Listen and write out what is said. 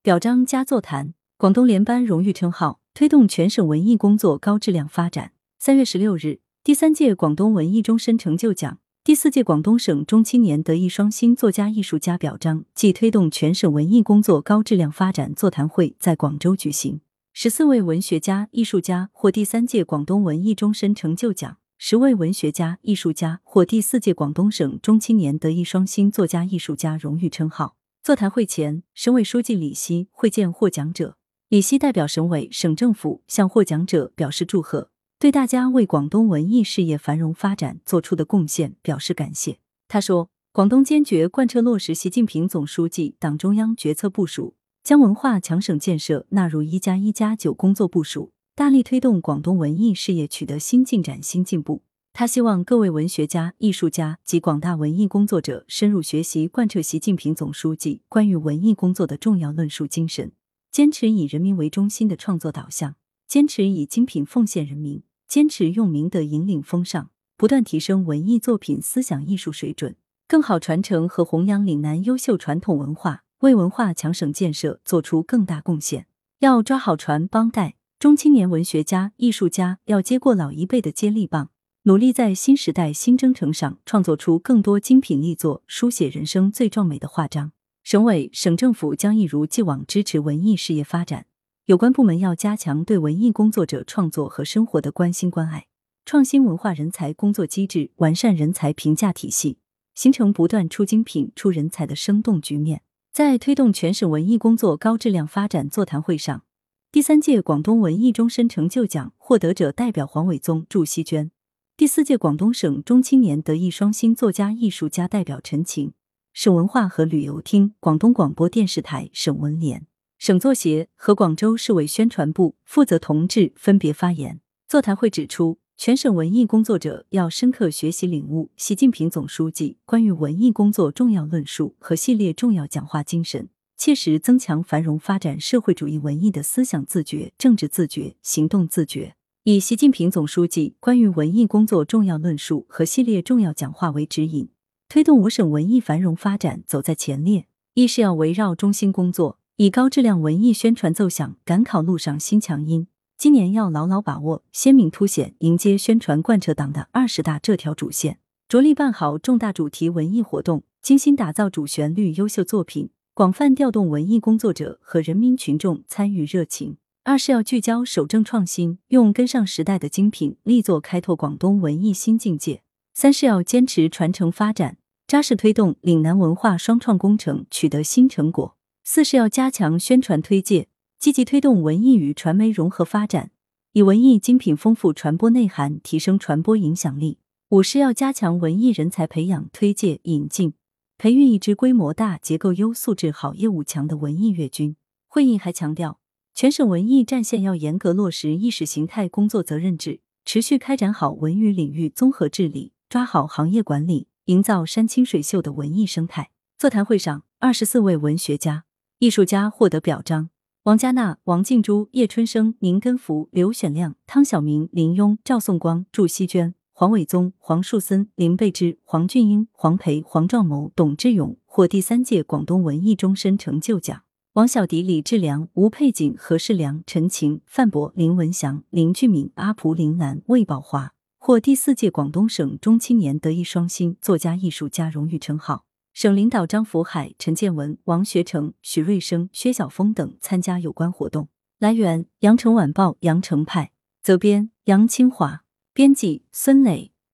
表彰佳座谈，广东联颁荣誉称号，推动全省文艺工作高质量发展。3月16日，第3届广东文艺终身成就奖、第4届广东省中青年德艺双馨作家艺术家表彰暨推动全省文艺工作高质量发展座谈会在广州举行。14位文学家、艺术家获第3届广东文艺终身成就奖，10位文学家、艺术家获第4届广东省中青年德艺双馨作家艺术家荣誉称号。座谈会前，省委书记李希会见获奖者。李希代表省委、省政府向获奖者表示祝贺，对大家为广东文艺事业繁荣发展做出的贡献表示感谢。他说，广东坚决贯彻落实习近平总书记、党中央决策部署，将文化强省建设纳入1+1+9工作部署，大力推动广东文艺事业取得新进展、新进步。他希望各位文学家、艺术家及广大文艺工作者深入学习贯彻习近平总书记关于文艺工作的重要论述精神，坚持以人民为中心的创作导向，坚持以精品奉献人民，坚持用明德引领风尚，不断提升文艺作品思想艺术水准，更好传承和弘扬岭南优秀传统文化，为文化强省建设做出更大贡献。要抓好传帮带，中青年文学家、艺术家要接过老一辈的接力棒，努力在新时代新征程上创作出更多精品力作，书写人生最壮美的画章。省委、省政府将一如既往支持文艺事业发展，有关部门要加强对文艺工作者创作和生活的关心关爱，创新文化人才工作机制，完善人才评价体系，形成不断出精品、出人才的生动局面。在推动全省文艺工作高质量发展座谈会上，第3届广东文艺终身成就奖获得者代表黄伟宗、祝希娟，第4届广东省中青年德艺双馨作家艺术家代表陈晴，省文化和旅游厅、广东广播电视台、省文联、省作协和广州市委宣传部负责同志分别发言。座谈会指出，全省文艺工作者要深刻学习领悟习近平总书记关于文艺工作重要论述和系列重要讲话精神，切实增强繁荣发展社会主义文艺的思想自觉、政治自觉、行动自觉。以习近平总书记关于文艺工作重要论述和系列重要讲话为指引，推动我省文艺繁荣发展走在前列。一是要围绕中心工作，以高质量文艺宣传奏响赶考路上新强音。今年要牢牢把握、鲜明凸显、迎接宣传贯彻党的20大这条主线，着力办好重大主题文艺活动，精心打造主旋律优秀作品，广泛调动文艺工作者和人民群众参与热情。2是要聚焦守正创新，用跟上时代的精品力作开拓广东文艺新境界。3是要坚持传承发展，扎实推动岭南文化双创工程取得新成果。4是要加强宣传推介，积极推动文艺与传媒融合发展，以文艺精品丰富传播内涵，提升传播影响力。5是要加强文艺人才培养、推介、引进，培育一支规模大、结构优、素质好、业务强的文艺粤军。会议还强调，全省文艺战线要严格落实意识形态工作责任制，持续开展好文娱领域综合治理，抓好行业管理，营造山清水秀的文艺生态。座谈会上，24位文学家、艺术家获得表彰。王嘉娜、王静珠、叶春生、宁根福、刘选亮、汤晓明、林庸、赵颂光、祝希娟、黄伟宗、黄树森、林贝芝、黄俊英、黄培、黄壮谋、董志勇获第3届广东文艺终身成就奖。王小迪、李志良、吴佩锦、何世良、陈晴、范博、林文祥、林俊敏、阿蒲、林兰、魏宝华获第4届广东省中青年德艺双馨作家艺术家荣誉称号。省领导张福海、陈建文、王学成、许瑞生、薛晓峰等参加有关活动。来源：羊城晚报羊城派，责编：杨清华，编辑：孙磊。